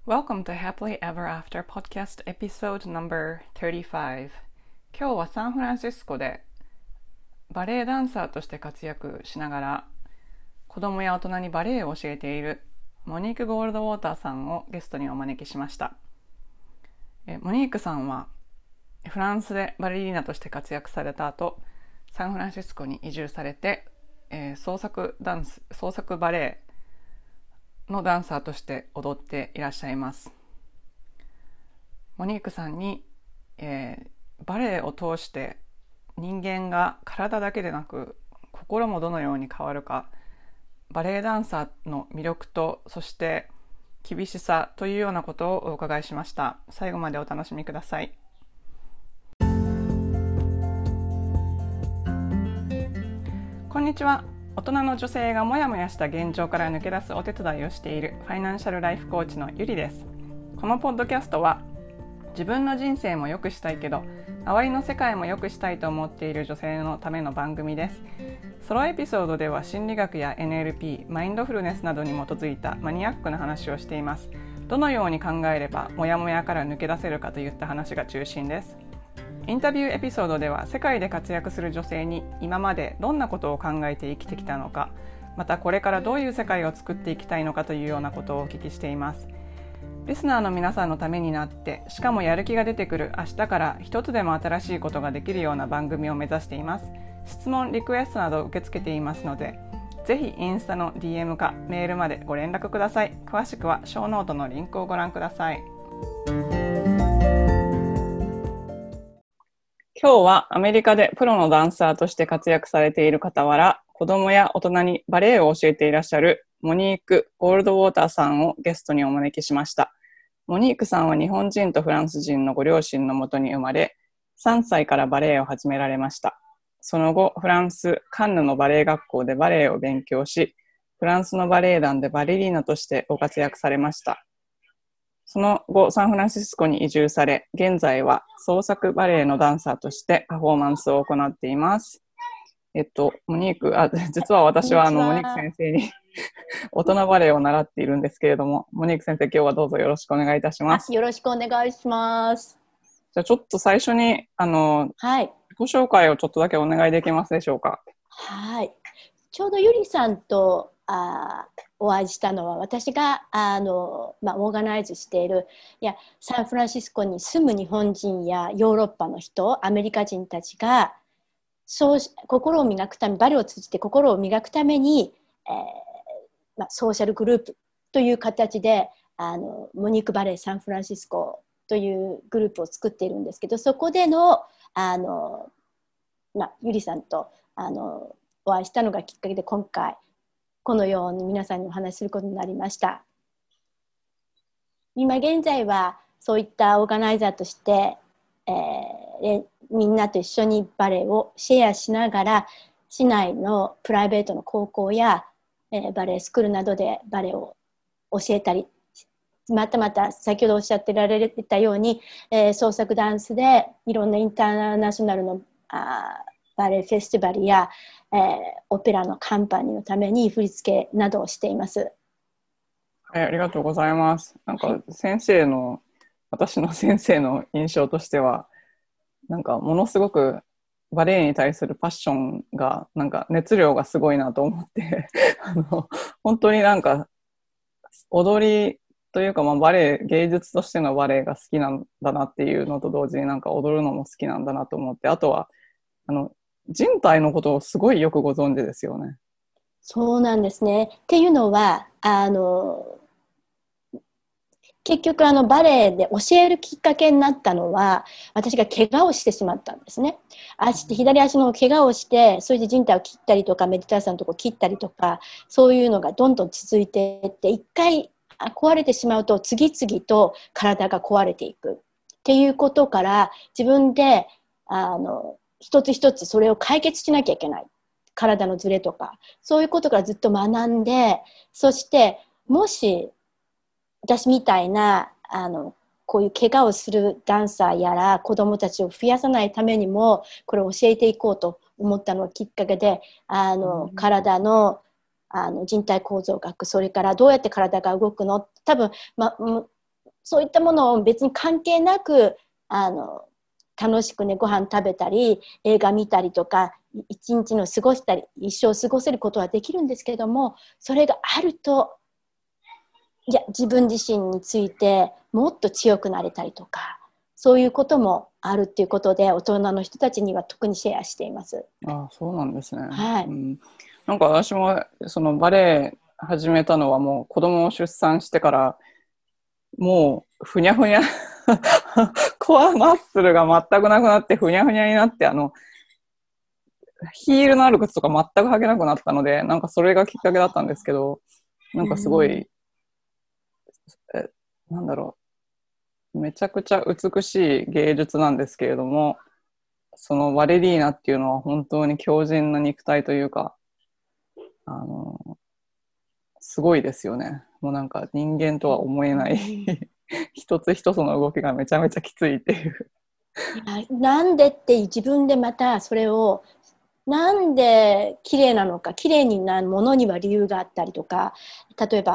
Welcome to Happily Ever After Podcast Episode No.35。今日はサンフランシスコでバレエダンサーとして活躍しながら子供や大人にバレエを教えているモニーク・ゴールドウォーターさんをゲストにお招きしました。モニークさんはフランスでバレリーナとして活躍された後、サンフランシスコに移住されて、創作バレエのダンサーとして踊っていらっしゃいます。モニークさんに、バレエを通して人間が体だけでなく心もどのように変わるか、バレエダンサーの魅力とそして厳しさというようなことをお伺いしました。最後までお楽しみください。こんにちは。大人の女性がモヤモヤした現状から抜け出すお手伝いをしているファイナンシャルライフコーチのゆりです。このポッドキャストは自分の人生も良くしたいけど周りの世界も良くしたいと思っている女性のための番組です。ソロエピソードでは心理学や NLP、マインドフルネスなどに基づいたマニアックな話をしています。どのように考えればモヤモヤから抜け出せるかといった話が中心です。インタビューエピソードでは世界で活躍する女性に今までどんなことを考えて生きてきたのか、またこれからどういう世界を作っていきたいのかというようなことをお聞きしています。リスナーの皆さんのためになって、しかもやる気が出てくる明日から一つでも新しいことができるような番組を目指しています。質問、リクエストなど受け付けていますので、ぜひインスタの DM かメールまでご連絡ください。詳しくはショーノートのリンクをご覧ください。今日はアメリカでプロのダンサーとして活躍されている傍ら、子供や大人にバレエを教えていらっしゃるモニーク・ゴールドウォーターさんをゲストにお招きしました。モニークさんは日本人とフランス人のご両親のもとに生まれ、3歳からバレエを始められました。その後、フランス・カンヌのバレエ学校でバレエを勉強し、フランスのバレエ団でバレリーナとしてご活躍されました。その後、サンフランシスコに移住され、現在は創作バレエのダンサーとしてパフォーマンスを行っています。モニーク、実は私はモニーク先生に大人バレエを習っているんですけれども、モニーク先生、今日はどうぞよろしくお願いいたします。 よろしくお願いします。 じゃあちょっと最初に自己紹介をちょっとだけお願いできますでしょうか。 はい。ちょうどゆりさんとお会いしたのは、私がオーガナイズしているサンフランシスコに住む日本人やヨーロッパの人、アメリカ人たちが心を磨くため、バレエを通じて心を磨くために、ソーシャルグループという形でモニークバレエサンフランシスコというグループを作っているんですけど、そこでのゆりさんとお会いしたのがきっかけで、今回このように皆さんにお話しすることになりました。今現在はそういったオーガナイザーとして、みんなと一緒にバレエをシェアしながら、市内のプライベートの高校や、バレエスクールなどでバレエを教えたり、また先ほどおっしゃってられたように、創作ダンスでいろんなインターナショナルのバレエフェスティバルや、オペラのカンパニーのために振り付けなどをしています。 はい、ありがとうございます。なんか私の先生の印象としては、なんかものすごくバレエに対するパッションが、なんか熱量がすごいなと思って本当になんか踊りというか、バレエ、芸術としてのバレエが好きなんだなっていうのと同時に、なんか踊るのも好きなんだなと思って、あとは人体のことをすごいよくご存知ですよね。 そうなんですね。っていうのは結局バレエで教えるきっかけになったのは、私が怪我をしてしまったんですね。左足の怪我をして、それで靭帯を切ったりとかメディターさんのとこ切ったりとか、そういうのがどんどん続いていって、一回壊れてしまうと次々と体が壊れていくっていうことから、自分で一つ一つそれを解決しなきゃいけない、体のズレとかそういうことからずっと学んで、そしてもし私みたいなこういう怪我をするダンサーやら子どもたちを増やさないためにも、これを教えていこうと思ったのがきっかけで、体の人体構造学、それからどうやって体が動くの、多分、 そういったものを別に関係なく楽しくねご飯食べたり映画見たりとか一日の過ごしたり一生過ごせることはできるんですけれども、それがあるといや自分自身についてもっと強くなれたりとか、そういうこともあるっていうことで大人の人たちには特にシェアしています。 あ、そうなんですね。 はい、 なんか私もそのバレエ始めたのはもう子供を出産してから、もうふにゃふにゃコアマッスルが全くなくなってふにゃふにゃになって、ヒールのある靴とか全く履けなくなったので、なんかそれがきっかけだったんですけど、なんかすごい、なんだろう、めちゃくちゃ美しい芸術なんですけれども、そのバレリーナっていうのは本当に強靭な肉体というか、すごいですよね。もうなんか人間とは思えない一つ一つの動きがめちゃめちゃきついっていう。 いやなんでって自分でまたそれをなんで綺麗なのか、綺麗になるものには理由があったりとか、例えば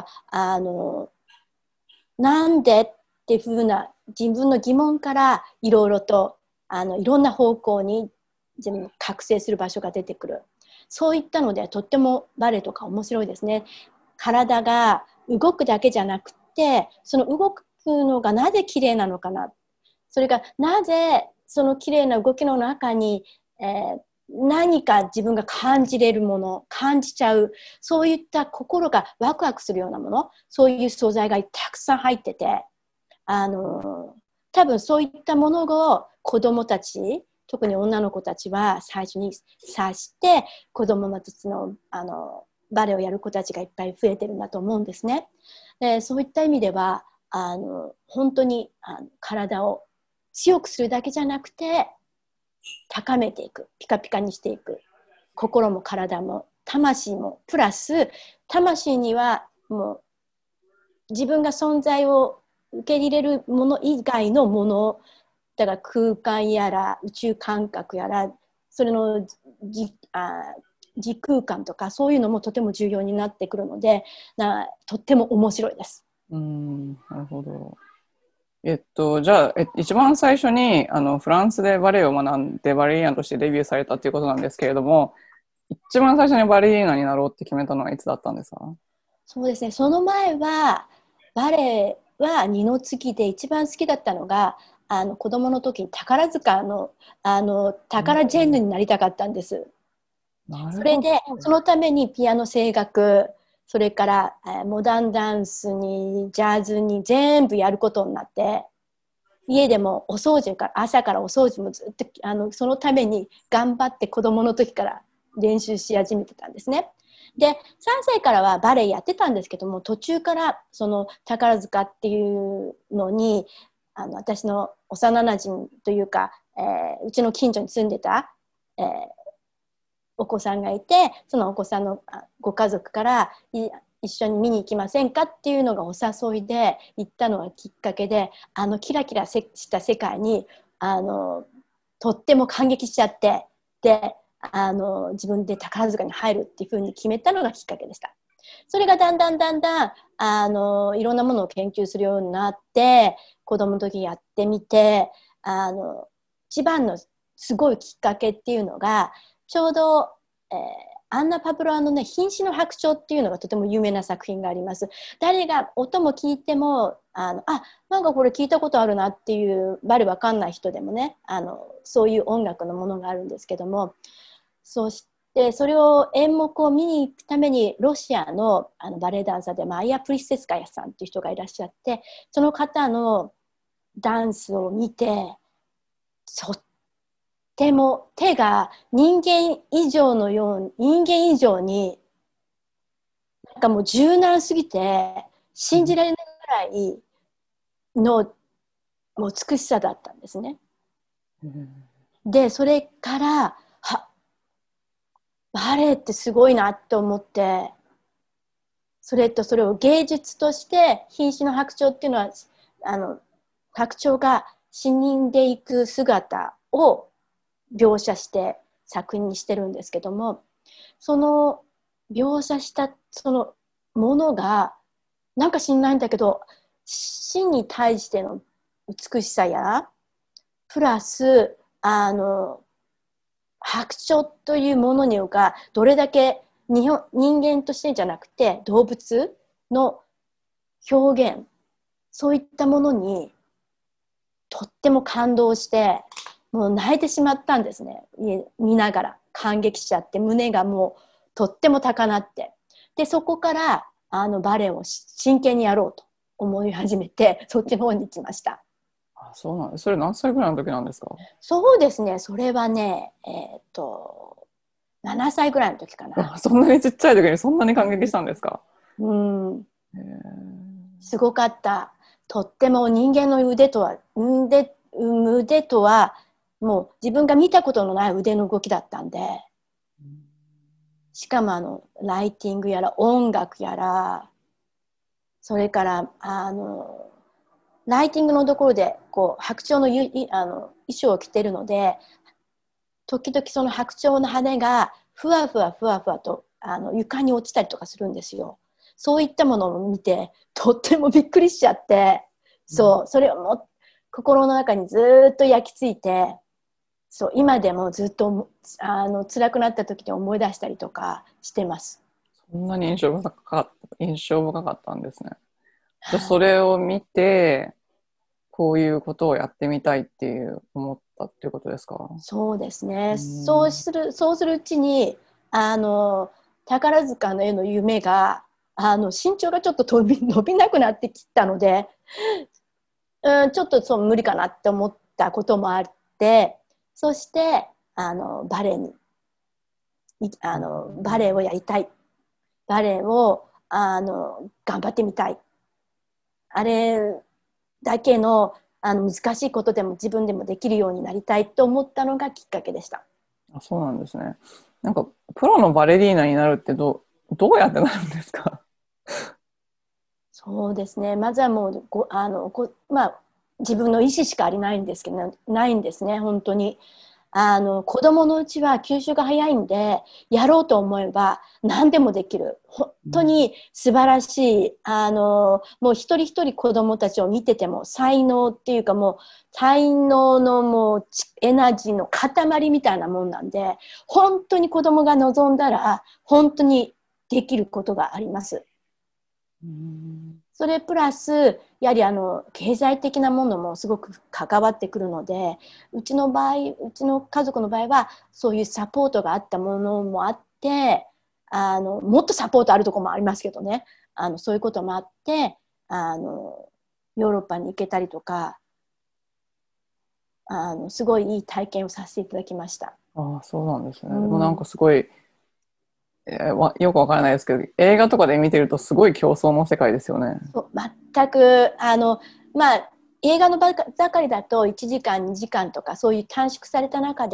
なんでっていうふうな自分の疑問からいろいろといろんな方向に自分の覚醒する場所が出てくる。そういったのでとってもバレエとか面白いですね。体が動くだけじゃなくて、その動くのがなぜ綺麗なのかな、それがなぜその綺麗な動きの中に、何か自分が感じれるもの、感じちゃう、そういった心がワクワクするようなもの、そういう素材がたくさん入ってて、多分そういったものを子どもたち、特に女の子たちは最初に察して子どもたちの、バレエをやる子たちがいっぱい増えてるんだと思うんですね。でそういった意味では本当に体を強くするだけじゃなくて高めていく、ピカピカにしていく、心も体も魂もプラス魂にはもう自分が存在を受け入れるもの以外のものだから空間やら宇宙感覚やらそれの時空間とかそういうのもとても重要になってくるのでとっても面白いです。 なるほど。じゃあ、一番最初にフランスでバレエを学んでバレリーナとしてデビューされたということなんですけれども、一番最初にバレリーナになろうって決めたのはいつだったんですか？ そうですね、その前はバレエは二の次で一番好きだったのが子供の時に宝塚の宝ジェンヌになりたかったんです。それでそのためにピアノ声楽それからモダンダンスにジャズに全部やることになって、家でもお掃除から朝からお掃除もずっとそのために頑張って子供の時から練習し始めてたんですね。で3歳からはバレエやってたんですけども、途中からその宝塚っていうのに私の幼なじみというか、うちの近所に住んでた、お子さんがいて、そのお子さんのご家族から一緒に見に行きませんかっていうのがお誘いで行ったのがきっかけで、キラキラした世界にとっても感激しちゃって、で自分で宝塚に入るっていうふうに決めたのがきっかけでした。それがだんだんいろんなものを研究するようになって、子供の時やってみて一番のすごいきっかけっていうのがちょうど、アンナ・パブロワのね、瀕死の白鳥っていうのがとても有名な作品があります。誰が音も聞いてもなんかこれ聞いたことあるなっていうバレわかんない人でもねそういう音楽のものがあるんですけども、そしてそれを演目を見に行くためにロシアのバレエダンサーでマイヤ・プリステスカヤさんっていう人がいらっしゃって、その方のダンスを見てとっても手が人間以上になんかもう柔軟すぎて信じられないぐらいの美しさだったんですね。でそれからバレエってすごいなと思って、それを芸術として瀕死の白鳥っていうのは白鳥が死んでいく姿を描写して作品にしてるんですけども、その描写したそのものがなんか知んないんだけど真に対しての美しさや、プラス白鳥というものがどれだけ人間としてじゃなくて動物の表現、そういったものにとっても感動して、もう泣いてしまったんですね。見ながら感激しちゃって、胸がもうとっても高鳴って、でそこからバレエを真剣にやろうと思い始めて、そっちの方に行きました。 あ、そうなんです。それ何歳ぐらいの時なんですか？ そうですね、それはね、7歳ぐらいの時かな。 そんなにちっちゃい時にそんなに感激したんですか？ うん、すごかった。とっても人間の腕とはもう自分が見たことのない腕の動きだったんで、しかもライティングやら音楽やら、それからライティングのところでこう白鳥の衣装を着てるので、時々その白鳥の羽がふわふわふわふわと床に落ちたりとかするんですよ。そういったものを見てとってもびっくりしちゃって、それをもう心の中にずっと焼き付いて、今でもずっと辛くなった時に思い出したりとかしてます。 そんなに印象深かったんですね。じゃあそれを見てこういうことをやってみたいって思ったっていうことですか？ そうですね。そうするうちに宝塚の絵の夢が身長がちょっと伸びなくなってきたので、ちょっと無理かなって思ったこともあって、そしてバレエをやりたい、バレエを頑張ってみたい、あれだけの難しいことでも自分でもできるようになりたいと思ったのがきっかけでした。 あ、そうなんですね。なんかプロのバレリーナになるってどうやってなるんですか？ そうですね、まずはもう自分の意思しかないんですけど、ないんですね、本当に。子供のうちは吸収が早いんで、やろうと思えば何でもできる、本当に素晴らしい、もう一人一人子供たちを見てても才能っていうか、もう才能のもうエナジーの塊みたいなもんなんで、本当に子供が望んだら本当にできることがあります。それプラスやはり経済的なものもすごく関わってくるので、うちの家族の場合はそういうサポートがあったものもあって、もっとサポートあるところもありますけどね、そういうこともあってヨーロッパに行けたりとか、すごいいい体験をさせていただきました。 ああ、そうなんですね。でもなんかすごい、よくわからないですけど、映画とかで見てるとすごい競争の世界ですよね。 全く映画のばかりだと1時間2時間とかそういう短縮された中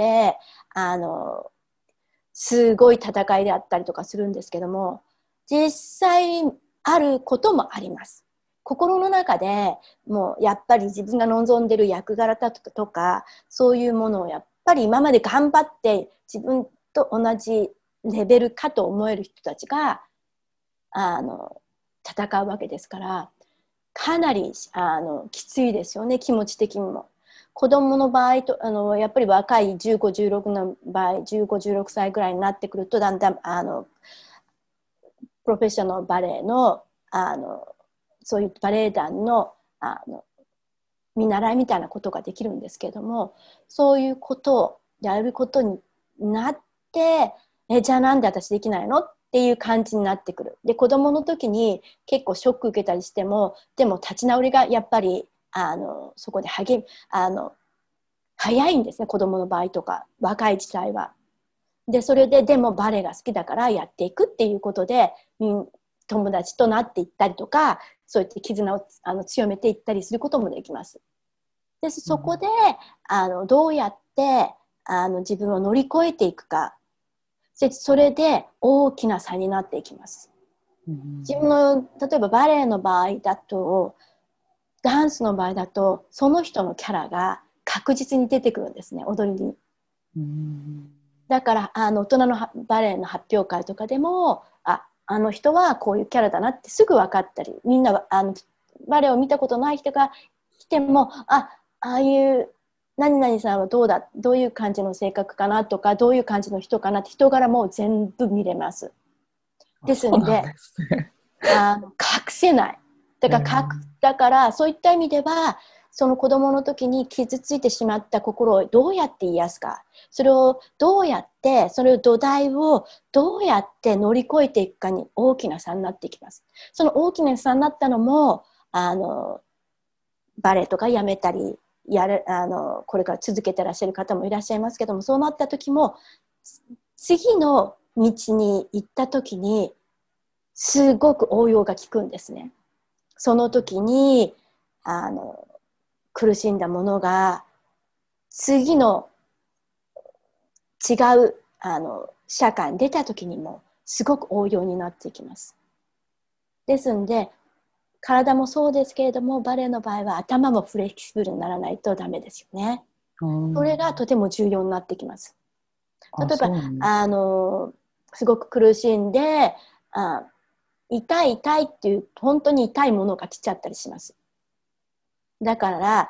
ですごい戦いであったりとかするんですけども、実際あることもあります。心の中でもうやっぱり自分が望んでる役柄とかそういうものをやっぱり今まで頑張って自分と同じレベルかと思える人たちが戦うわけですから、かなりきついですよね、気持ち的にも。子供の場合とやっぱり若い15、16の場合、15、16歳ぐらいになってくると、だんだんプロフェッショナルバレエのそういうバレエ団の見習いみたいなことができるんですけれども、そういうことをやることになって、じゃあなんで私できないのっていう感じになってくる。で、子供の時に結構ショック受けたりしても、でも立ち直りがやっぱりそこで早いんですね、子供の場合とか若い時代は。でそれででもバレエが好きだからやっていくっていうことで友達となっていったりとか、そういった絆を強めていったりすることもできます。でそこでどうやって自分を乗り越えていくか、それで大きな差になっていきます。自分の例えばバレエの場合だと、ダンスの場合だとその人のキャラが確実に出てくるんですね、踊りに。だから大人のバレエの発表会とかでもあの人はこういうキャラだなってすぐ分かったり、みんなバレエを見たことない人が来ても、ああいう何々さんはどういう感じの性格かなとか、どういう感じの人かなって人柄も全部見れます。ですそうなんんで、 ですね。 隠せない。だからそういった意味では、その子供の時に傷ついてしまった心をどうやって癒すか、それを土台をどうやって乗り越えていくかに大きな差になってきます。その大きな差になったのも、バレエとかやめたりこれから続けてらっしゃる方もいらっしゃいますけども、そうなった時も次の道に行った時にすごく応用が効くんですね。その時に苦しんだものが次の違う社会に出た時にもすごく応用になっていきます。ですんで体もそうですけれども、バレエの場合は頭もフレキシブルにならないとダメですよね。それがとても重要になってきます。例えばすごく苦しんで痛いっていう本当に痛いものが来ちゃったりします。だから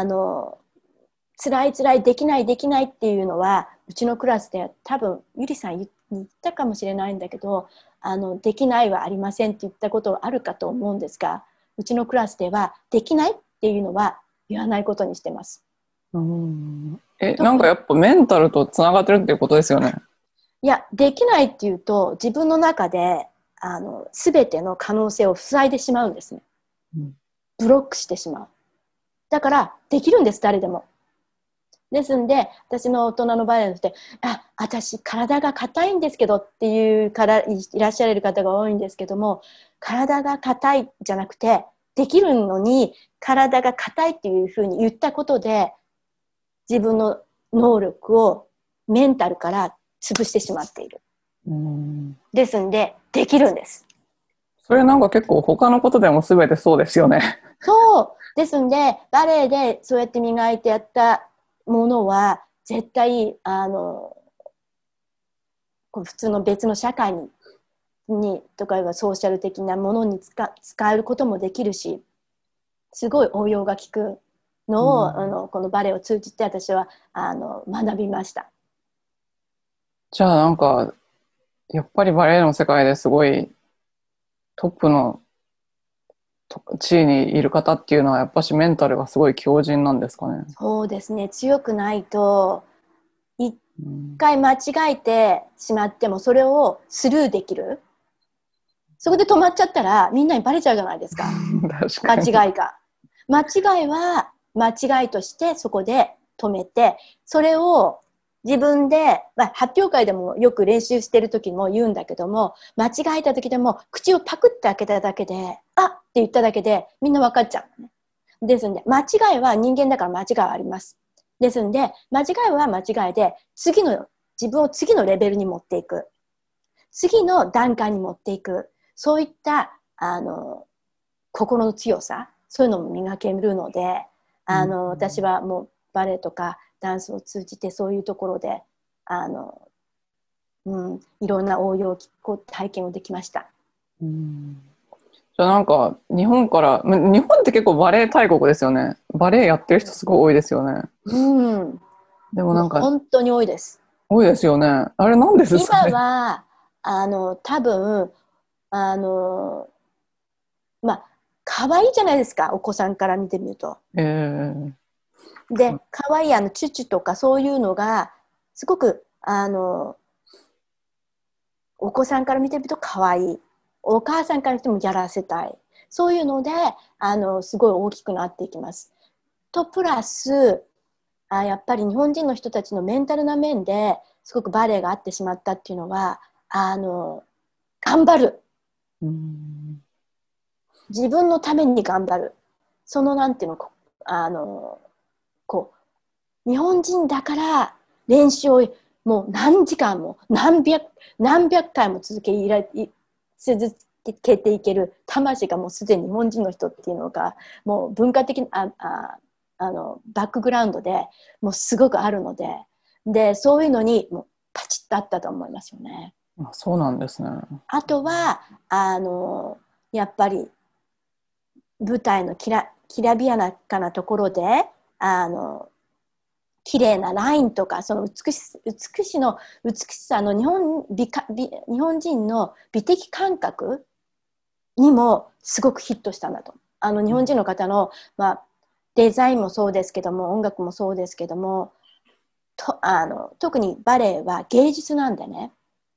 辛いできないっていうのは、うちのクラスで多分ゆりさん言ったかもしれないんだけど、できないはありませんって言ったことはあるかと思うんですが、うちのクラスではできないっていうのは言わないことにしてます。 なんかやっぱメンタルとつながってるっていうことですよね。 いや、できないっていうと自分の中で全ての可能性を塞いでしまうんですね。ブロックしてしまう。だからできるんです、誰でも。ですんで、私の大人のバレエの人で、私体が硬いんですけどっていうからいらっしゃる方が多いんですけども、体が硬いじゃなくて、できるのに体が硬いっていうふうに言ったことで、自分の能力をメンタルから潰してしまっている。ですんで、できるんです。 それなんか結構他のことでも全てそうですよね。 そうですんで、バレエでそうやって磨いてやったものは絶対普通の別の社会にとかソーシャル的なものに使えることもできるし、すごい応用が効くのを、このバレエを通じて私は学びました。 じゃあなんかやっぱりバレエの世界ですごいトップの地位にいる方っていうのはやっぱしメンタルがすごい強靭なんですかね。 そうですね、強くないと一回間違えてしまってもそれをスルーできる。そこで止まっちゃったらみんなにバレちゃうじゃないですか。間違いが。間違いは間違いとしてそこで止めて、それを自分で、発表会でもよく練習してる時も言うんだけども、間違えた時でも口をパクって開けただけで、あって言っただけでみんな分かっちゃう、ね。ですんで、間違いは人間だから間違いはあります。ですんで、間違いは間違いで、自分を次のレベルに持っていく。次の段階に持っていく。そういった心の強さ、そういうのも磨けるので、私はもうバレエとかダンスを通じてそういうところでいろんな応用体験をできました。 じゃあなんか日本って結構バレエ大国ですよね。バレエやってる人すごい多いですよね。でもなんか本当に多いです。 多いですよね。あれなんですかね。 今は多分可愛いじゃないですか、お子さんから見てみると。で、可愛いチュチュとかそういうのがすごくお子さんから見てみると可愛い。お母さんから見てもやらせたい。そういうのですごい大きくなっていきます。とプラスやっぱり日本人の人たちのメンタルな面ですごくバレエが合ってしまったっていうのは頑張る。自分のために頑張る。そのなんていうの日本人だから練習をもう何時間も何百回も続けていける魂がもうすでに日本人の人っていうのがもう文化的なバックグラウンドでもうすごくあるので、そういうのにもうパチッとあったと思いますよね。 そうなんですね。 あとはやっぱり舞台のきらびやかなところで綺麗なラインとか、その美しさの日本人の美的感覚にもすごくヒットしたんだと。日本人の方の、デザインもそうですけども、音楽もそうですけども、特にバレエは芸術なんでね、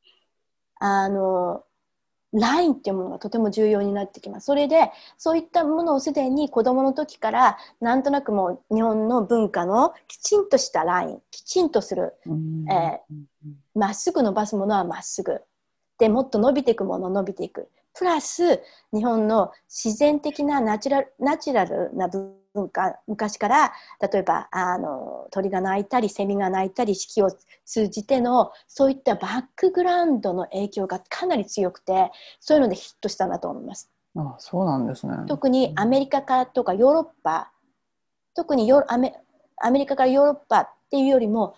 ラインっていうものがとても重要になってきます。それでそういったものをすでに子どもの時からなんとなくもう日本の文化のきちんとしたライン、きちんとする、まっすぐ伸ばすものはまっすぐで、もっと伸びていくもの伸びていく、プラス日本の自然的なナチュラルな文化、昔から例えば鳥が鳴いたりセミが鳴いたり四季を通じてのそういったバックグラウンドの影響がかなり強くて、そういうのでヒットしたんだと思います。 あ、そうなんですね。 特にアメリカからとかヨーロッパ、特にアメリカからヨーロッパっていうよりも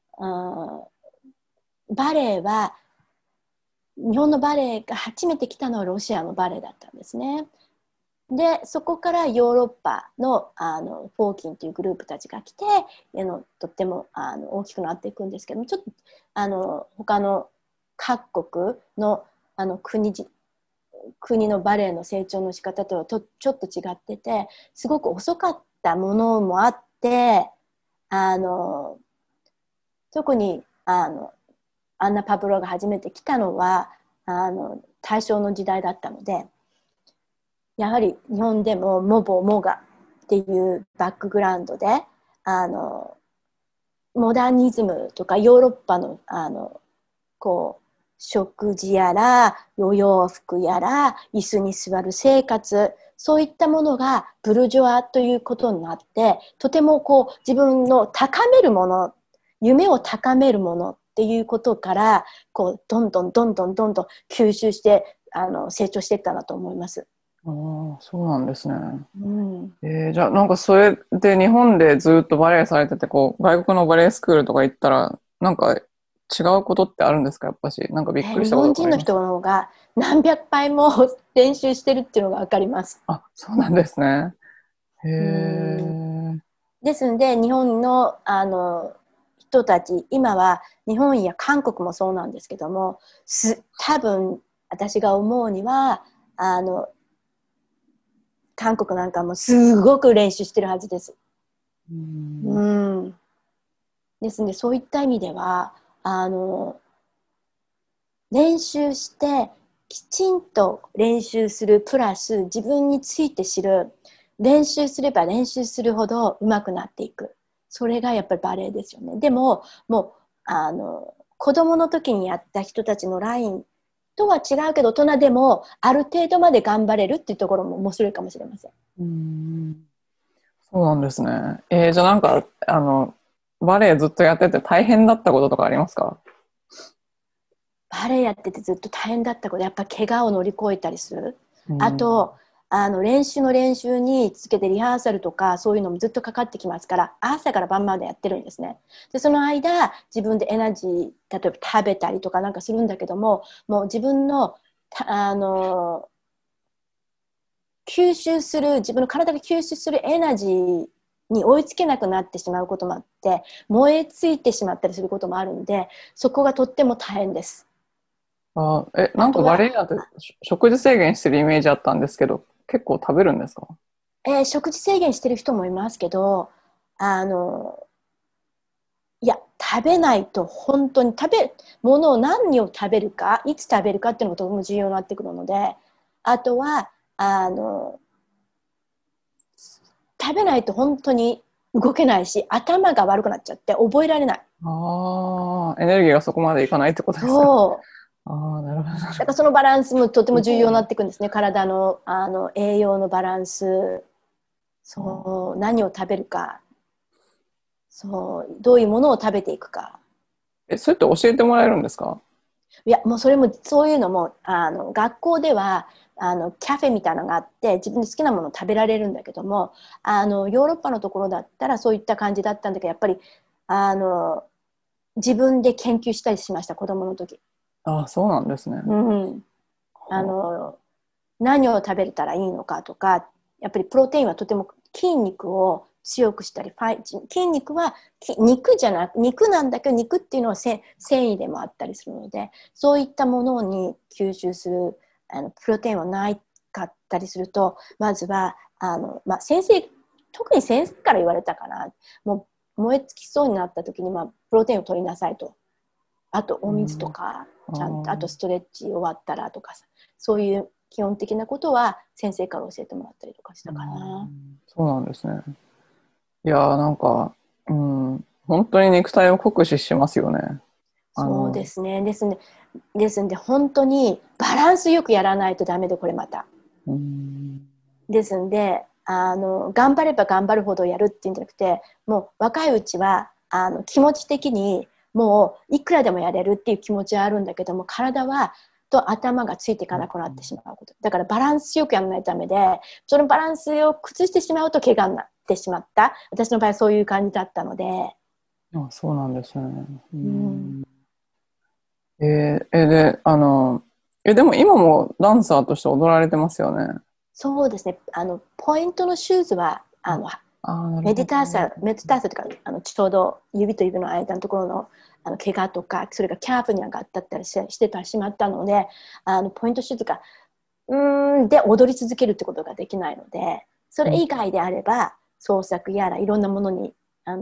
バレエは、日本のバレエが初めて来たのはロシアのバレエだったんですね。でそこからヨーロッパのフォーキンというグループたちが来てとっても大きくなっていくんですけども、ちょっと他の各国の国のバレエの成長の仕方とはちょっと違ってて、すごく遅かったものもあって、特にアンナ・パブロが初めて来たのは大正の時代だったので、やはり日本でもモボモガっていうバックグラウンドでモダニズムとかヨーロッパのこう食事やらお洋服やら椅子に座る生活、そういったものがブルジョワということになって、とてもこう自分の高めるもの、夢を高めるものっていうことからこうどんどん吸収して成長していったなと思います。 ああ、そうなんですね。じゃあなんかそれで日本でずっとバレエされてて、こう外国のバレエスクールとか行ったらなんか違うことってあるんですか、やっぱし。なんかびっくりしたこととかあります？ 日本人の人の方が何百倍も練習してるっていうのが分かります。 あ、そうなんですね。へえ。 ですので日本の人たち、今は日本や韓国もそうなんですけども、多分私が思うには韓国なんかもすごく練習してるはずです。ですのでそういった意味では練習してきちんと練習するプラス自分について知る、練習すれば練習するほど上手くなっていく、それがやっぱりバレエですよね。でももう子供の時にやった人たちのラインとは違うけど、大人でもある程度まで頑張れるっていうところも面白いかもしれません。 そうなんですね。じゃあなんかバレエずっとやってて大変だったこととかありますか？ バレエやっててずっと大変だったこと、やっぱ怪我を乗り越えたりする、あと練習につけてリハーサルとかそういうのもずっとかかってきますから、朝から晩までやってるんですね。でその間自分でエナジー、例えば食べたりとかなんかするんだけども、もう自分の自分の体が吸収するエナジーに追いつけなくなってしまうこともあって、燃えついてしまったりすることもあるので、そこがとっても大変です。 なんかバレエやって食事制限してるイメージあったんですけど、結構食べるんですか？ 食事制限してる人もいますけど、いや、食べないと本当にものを何を食べるか、いつ食べるかっていうのがとても重要になってくるので、あとは食べないと本当に動けないし、頭が悪くなっちゃって覚えられない。 エネルギーがそこまでいかないってことですか？ そう。 なるほど。 だからそのバランスもとても重要になってくるんですね。体の栄養のバランス、そう、何を食べるか、そう、どういうものを食べていくか。 それって教えてもらえるんですか？ いや、もうそういうのも学校ではキャフェみたいなのがあって自分で好きなものを食べられるんだけども、ヨーロッパのところだったらそういった感じだったんだけど、やっぱり自分で研究したりしました、子供の時。 そうなんですね。 何を食べれたらいいのかとか、 やっぱりプロテインはとても筋肉を強くしたり、筋肉は肉じゃなく、肉なんだけど、肉っていうのは繊維でもあったりするので、そういったものに吸収するプロテインはないかったりすると、まずは特に先生から言われたかな、もう燃え尽きそうになった時に、プロテインを取りなさいと。あとお水とか、ちゃんとあとストレッチ終わったらとかさ、そういう基本的なことは先生から教えてもらったりとかしたかな。 そうなんですね。いやーなんか、本当に肉体を酷使しますよね。 そうですね。ですんで本当にバランスよくやらないとダメで、これまた。ですんで頑張れば頑張るほどやるっていうんじゃなくて、もう若いうちは気持ち的にもういくらでもやれるっていう気持ちはあるんだけども、体と頭がついていかなくなってしまうこと。だからバランスよくやらないとダメで、そのバランスを崩してしまうと怪我になってしまった。私の場合そういう感じだったので。 そうなんですね。でも今もダンサーとして踊られてますよね。 そうですね。ポイントのシューズはメディターサーというかちょうど指と指の間のところの怪我とか、それがキャーブに上がったりしてしまったので、ポイントシューズがで踊り続けるってことができないので、それ以外であれば創作やらいろんなものに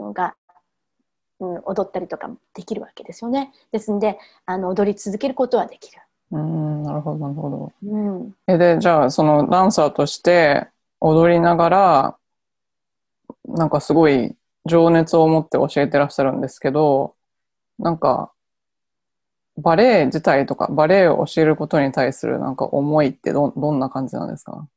踊ったりとかもできるわけですよね。ですので踊り続けることはできる。 なるほどなるほど。でじゃあそのダンサーとして踊りながらなんかすごい情熱を持って教えてらっしゃるんですけど、なんかバレエ自体とかバレエを教えることに対するなんか思いってどんな感じなんですか？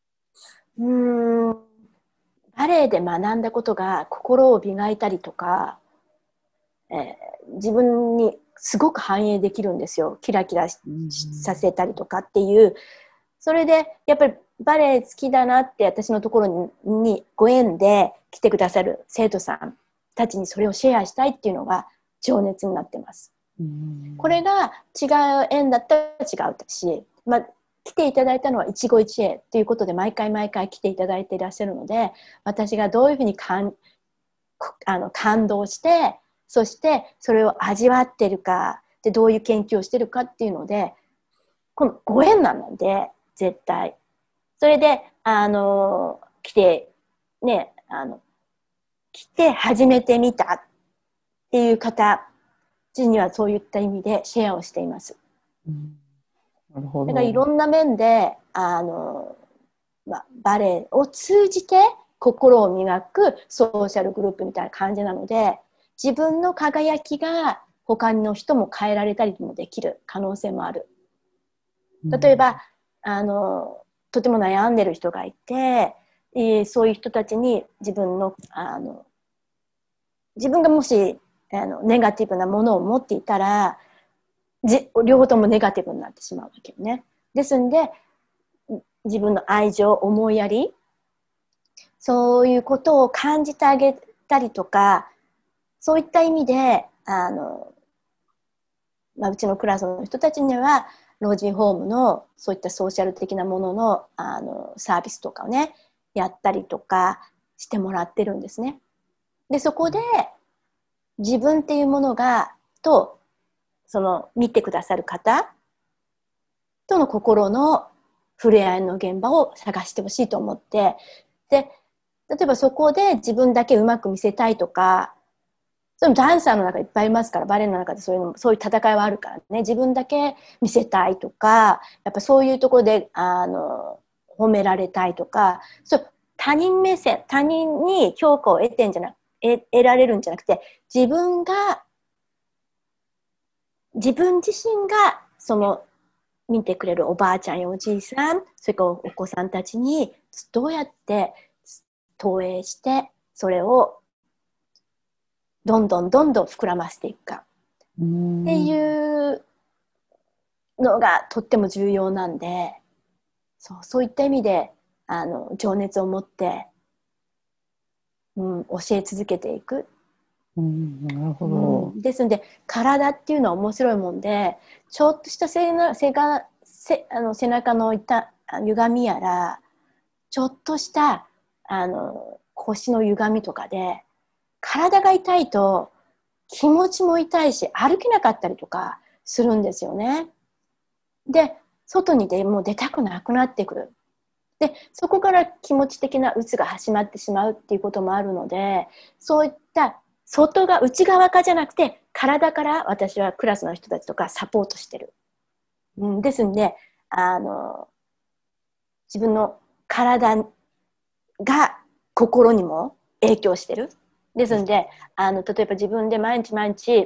バレエで学んだことが心を磨いたりとか、自分にすごく反映できるんですよ。キラキラさせたりとかっていう。それでやっぱりバレエ好きだなって私のところにご縁で来てくださる生徒さんたちにそれをシェアしたいっていうのが情熱になってます。これが違う縁だったら違うし、来ていただいたのは一期一会ということで毎回来ていただいていらっしゃるので、私がどういうふうに感動して、そしてそれを味わってるかで、どういう研究をしてるかっていうので、このご縁なので絶対それで来て始めてみたっていう方にはそういった意味でシェアをしています。 なるほど。 だからいろんな面でバレエを通じて心を磨くソーシャルグループみたいな感じなので、自分の輝きが他の人も変えられたりもできる可能性もある。例えばとても悩んでる人がいて、そういう人たちに自分がもしネガティブなものを持っていたら両方ともネガティブになってしまうわけよね。ですんで自分の愛情、思いやり、そういうことを感じてあげたりとか、そういった意味でうちのクラスの人たちには老人ホームのそういったソーシャル的なもののサービスとかをねやったりとかしてもらってるんですね。でそこで自分っていうものとその見てくださる方との心の触れ合いの現場を探してほしいと思って、で例えばそこで自分だけうまく見せたいとか、そのダンサーの中いっぱいいますから、バレエの中でそういう戦いはあるからね、自分だけ見せたいとか、やっぱそういうところで褒められたいとか、他人目線、他人に評価を得られるんじゃなくて、自分自身がその見てくれるおばあちゃんやおじいさん、それからお子さんたちにどうやって投影してそれをどんどん膨らませていくかっていうのがとっても重要なんで、そういった意味で情熱を持って、教え続けていく。 なるほど。 ですので体っていうのは面白いもんで、ちょっとした背中の歪みやら、ちょっとした腰の歪みとかで、体が痛いと気持ちも痛いし、歩けなかったりとかするんですよね。で、外にもう出たくなくなってくる。で、そこから気持ち的な鬱が始まってしまうっていうこともあるので、そういった内側からじゃなくて、体から私はクラスの人たちとかサポートしてる。ですんで、自分の体が心にも影響してる。ですんで、例えば自分で毎日毎日、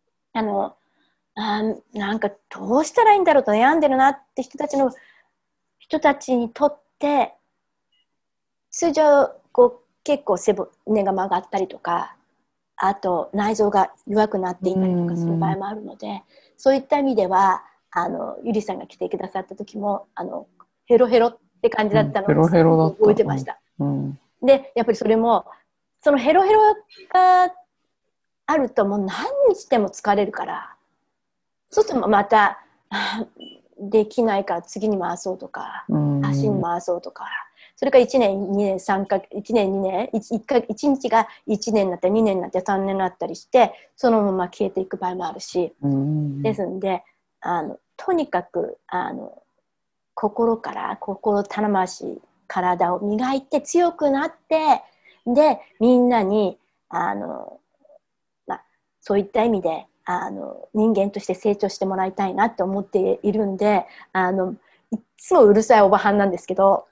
なんかどうしたらいいんだろうと悩んでるなって人たちにとって、通常結構背骨が曲がったりとか、あと内臓が弱くなっていたりとかする場合もあるので、そういった意味ではゆりさんが来てくださった時もヘロヘロって感じだったのを覚えてました。でやっぱりそれもそのヘロヘロがあるともう何日でも疲れるから、そうするとまたできないから次に回そうとか、足に回そうとか、それから1年2年3か1年2年 1日が1年になったり2年になったり3年になったりして、そのまま消えていく場合もあるし、ですんでとにかく心魂体を磨いて強くなって、でみんなにそういった意味で人間として成長してもらいたいなって思っているんで、いつもうるさいおばはんなんですけど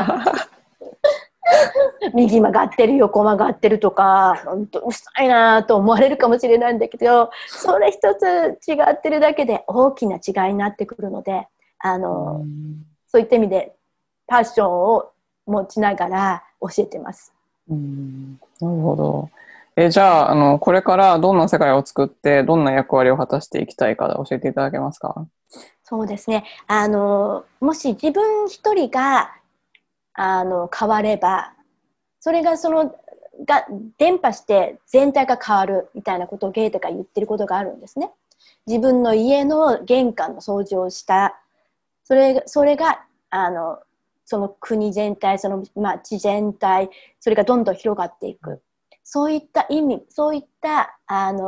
右曲がってる横曲がってるとか本当うるさいなと思われるかもしれないんだけど、それ一つ違ってるだけで大きな違いになってくるので、そういった意味でパッションを持ちながら教えてます。 なるほど。じゃあ、これからどんな世界を作ってどんな役割を果たしていきたいか教えていただけますか？ そうですね。もし自分一人が変われば、それが伝播して全体が変わるみたいなことをゲーテが言ってることがあるんですね。自分の家の玄関の掃除をした、それがその国全体、その町全体、それがどんどん広がっていく。そういった意味、そういった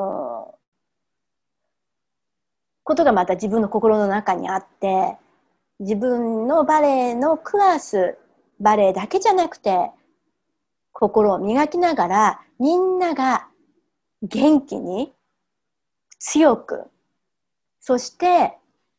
ことがまた自分の心の中にあって、自分のバレエのクラス、バレエだけじゃなくて心を磨きながら、みんなが元気に強く、そして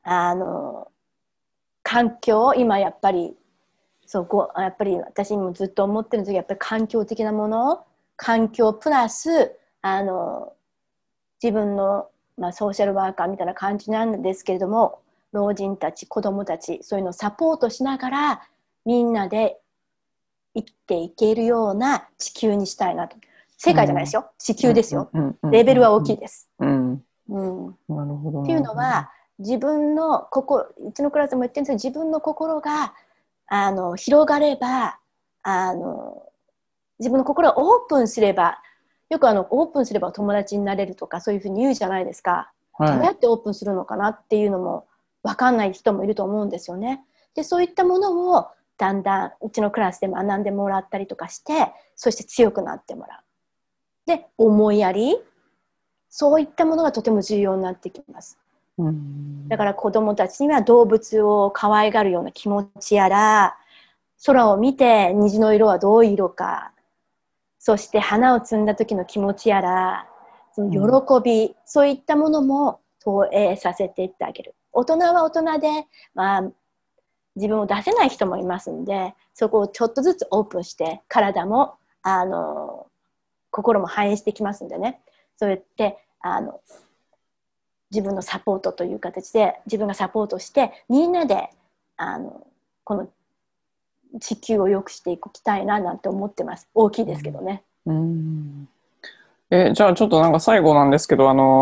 環境、今やっぱりやっぱり私もずっと思ってるんですけど、やっぱり環境的なもの、環境プラス自分の、ソーシャルワーカーみたいな感じなんですけれども、老人たち、子どもたち、そういうのをサポートしながらみんなで生きていけるような地球にしたいなと。世界じゃないですよ、地球ですよ。レベルは大きいです。なるほど。っていうのは、自分のうちのクラスでも言ってるんですけど、自分の心が広がれば、自分の心をオープンすれば、よくオープンすれば友達になれるとか、そういうふうに言うじゃないですか。どうやってオープンするのかなっていうのも分かんない人もいると思うんですよね。で、そういったものをだんだんうちのクラスで学んでもらったりとかして、そして強くなってもらう。で、思いやり、そういったものがとても重要になってきます。だから子どもたちには動物を可愛がるような気持ちやら、空を見て虹の色はどういう色か、そして花を摘んだ時の気持ちやら、その喜び、そういったものも投影させていってあげる。大人は大人で、自分を出せない人もいますんで、そこをちょっとずつオープンして、体も心も反映してきますんでね、そうやって自分のサポートという形で自分がサポートして、みんなでこの地球を良くしていきたいななんて思ってます。大きいですけどね。 じゃあちょっとなんか最後なんですけど、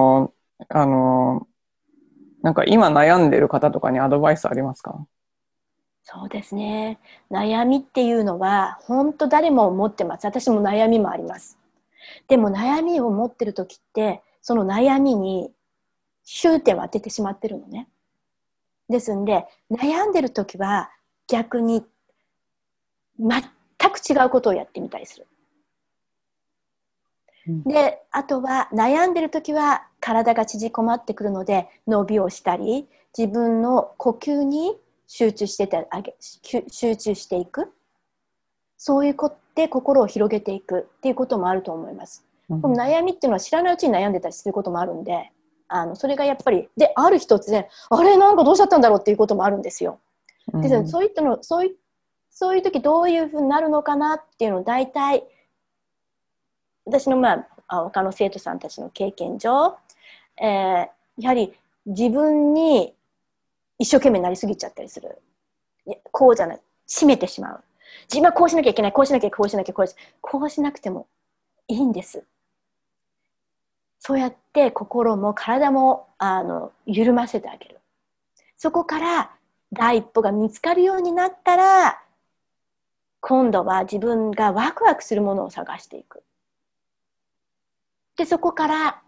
なんか今悩んでる方とかにアドバイスありますか？ そうですね。悩みっていうのは本当誰も持ってます。私も悩みもあります。でも悩みを持ってる時って、その悩みに終点を当ててしまってるのね。ですんで、悩んでる時は逆に全全く違うことをやってみたりする。で、あとは悩んでる時は体が縮こまってくるので伸びをしたり、自分の呼吸に集中していく、そういうことで心を広げていくっていうこともあると思います。この悩みっていうのは知らないうちに悩んでたりすることもあるんで、それがやっぱりである日突然あれなんかどうしちゃったんだろうっていうこともあるんですよ。でそういう時どういうふうになるのかなっていうのを大体私の他の生徒さんたちの経験上、やはり自分に一生懸命になりすぎちゃったりする。こうじゃない、締めてしまう。自分はこうしなきゃいけない、こうしなきゃ、こうしなきゃ、こうしなくてもいいんです。そうやって心も体も緩ませてあげる。そこから第一歩が見つかるようになったら、今度は自分がワクワクするものを探していく。で、そこから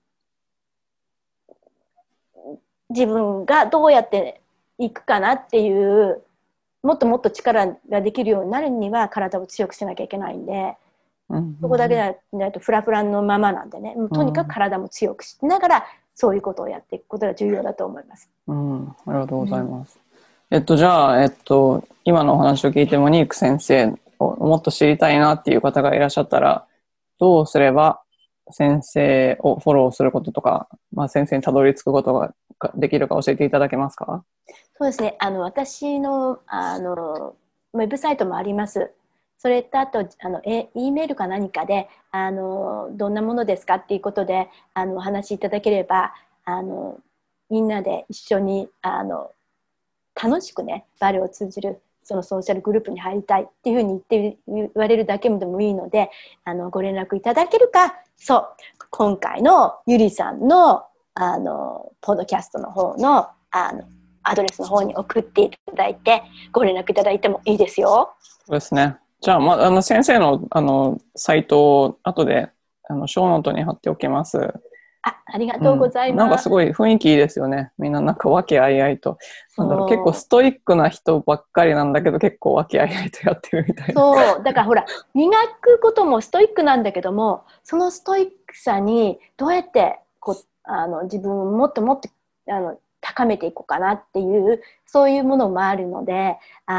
自分がどうやっていくかなっていう、もっともっと力ができるようになるには体を強くしなきゃいけないんで、そこだけだとフラフラのままなんでね、とにかく体も強くしながらそういうことをやっていくことが重要だと思います。 ありがとうございます。じゃあ、今のお話を聞いてモニーク先生をもっと知りたいなっていう方がいらっしゃったら、どうすれば先生をフォローすることとか、先生にたどり着くことができるか教えていただけますか？ そうですね。私のウェブサイトもあります。それとあとE メールか何かでどんなものですかっていうことでお話しいただければみんなで一緒に楽しくねバレエを通じるそのソーシャルグループに入りたいっていうふうに言われるだけでもいいのでご連絡いただけるか、そう今回のゆりさんのポッドキャストの方のアドレスの方に送っていただいてご連絡いただいてもいいですよ。 そうですね。じゃあ、先生のサイトを後でショーノートに貼っておきます。 ありがとうございます。 なんかすごい雰囲気いいですよね。みんななんか和気あいあいと。結構ストイックな人ばっかりなんだけど結構和気あいあいとやってるみたいな。 そうだからほら磨くこともストイックなんだけども、そのストイックさにどうやって自分をもっともっと高めていこうかなっていうそういうものもあるので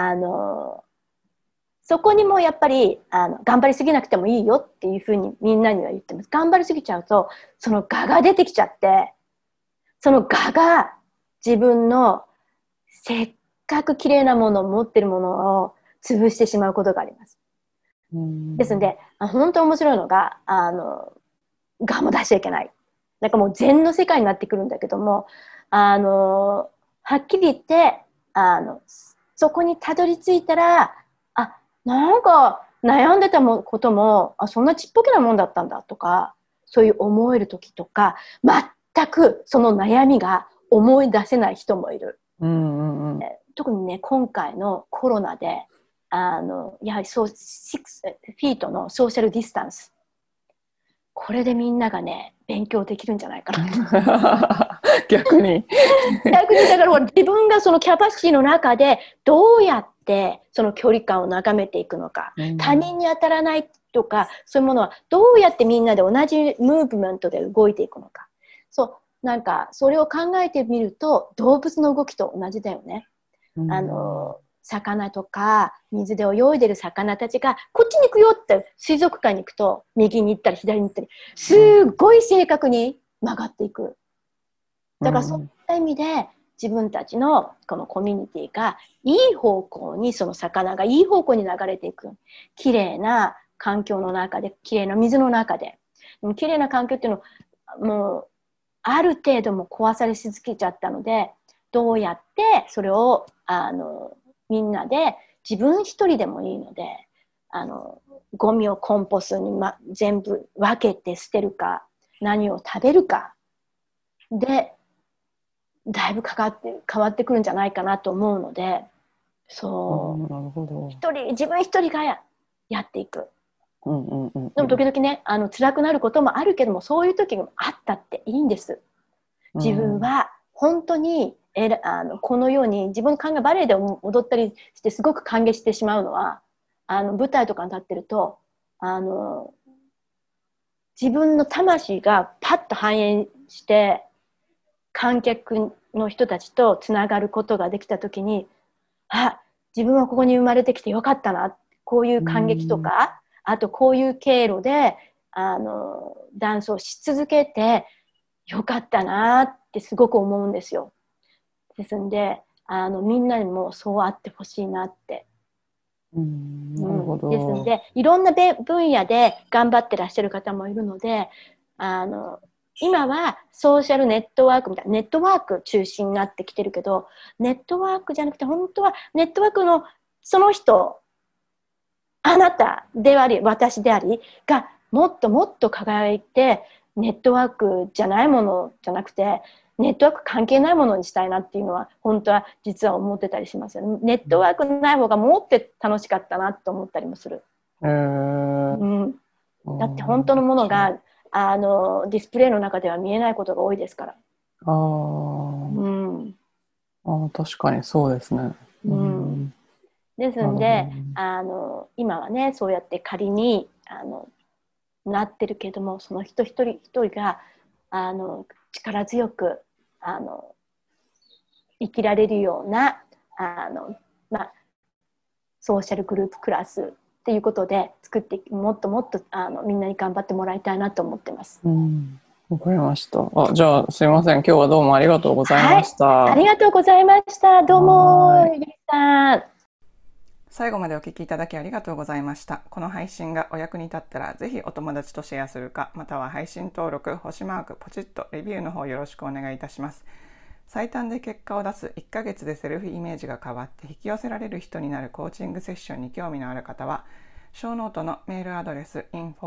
そこにもやっぱり頑張りすぎなくてもいいよっていうふうにみんなには言ってます。頑張りすぎちゃうとその我が出てきちゃってその我が自分のせっかく綺麗なものを持ってるものを潰してしまうことがあります。ですので本当面白いのが我も出しちゃいけない。なんかもう禅の世界になってくるんだけどもはっきり言ってそこにたどり着いたらなんか悩んでたこともそんなちっぽけなもんだったんだとかそういう思える時とか全くその悩みが思い出せない人もいる。特にね今回のコロナでやはり6フィートのソーシャルディスタンスこれでみんながね勉強できるんじゃないかな逆にだから自分がそのキャパシティの中でどうやってその距離感を眺めていくのか、他人に当たらないとかそういうものはどうやってみんなで同じムーブメントで動いていくのか、そうなんかそれを考えてみると動物の動きと同じだよね。魚とか水で泳いでる魚たちがこっちに行くよって水族館に行くと右に行ったり左に行ったりすごい正確に曲がっていく。だからそういった意味で自分たちのこのコミュニティがいい方向にその魚がいい方向に流れていく綺麗な環境の中で綺麗な水の中で綺麗な環境っていうのもうある程度も壊されしすぎちゃったのでどうやってそれをみんなで自分一人でもいいのでゴミをコンポストに、全部分けて捨てるか何を食べるかでだいぶ変わってくるんじゃないかなと思うのでそうなるほど自分一人がやっていく。でも時々ね辛くなることもあるけどもそういう時もあったっていいんです。自分は本当にこのように自分のバレエで踊ったりしてすごく歓迎してしまうのは舞台とかに立ってると、自分の魂がパッと反映して、観客の人たちとつながることができたときに、あ、自分はここに生まれてきてよかったな。こういう感激とか、あとこういう経路で、ダンスをし続けてよかったなってすごく思うんですよ。ですんで、みんなにもそうあってほしいなって。 なるほど。 ですので、いろんな分野で頑張ってらっしゃる方もいるので、今はソーシャルネットワークみたいな、ネットワーク中心になってきてるけど、ネットワークじゃなくて、本当はネットワークのその人、あなたであり、私でありがもっともっと輝いて、ネットワークじゃないものじゃなくて、ネットワーク関係ないものにしたいなっていうのは本当は実は思ってたりしますよね。ネットワークない方がもっと楽しかったなと思ったりもする。だって本当のものがディスプレイの中では見えないことが多いですから。 確かにそうですね。 ですんで、今はね、そうやって仮になってるけれども、その一人一人が力強く生きられるようなソーシャルグループクラスっていうことで作って、もっともっとみんなに頑張ってもらいたいなと思ってます。 わかりました。じゃあすいません、今日はどうもありがとうございました。 ありがとうございました。どうもゆりさん。 最後までお聞きいただきありがとうございました。この配信がお役に立ったら、ぜひお友達とシェアするか、または配信登録、星マーク、ポチッとレビューの方よろしくお願いいたします。最短で結果を出す1ヶ月でセルフイメージが変わって引き寄せられる人になるコーチングセッションに興味のある方は、ショーノートのメールアドレス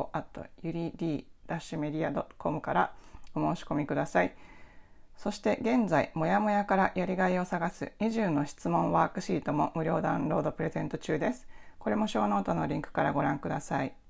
info@yuridi-media.com からお申し込みください。そして現在、もやもやからやりがいを探す20の質問ワークシートも無料ダウンロードプレゼント中です。これもショーノートのリンクからご覧ください。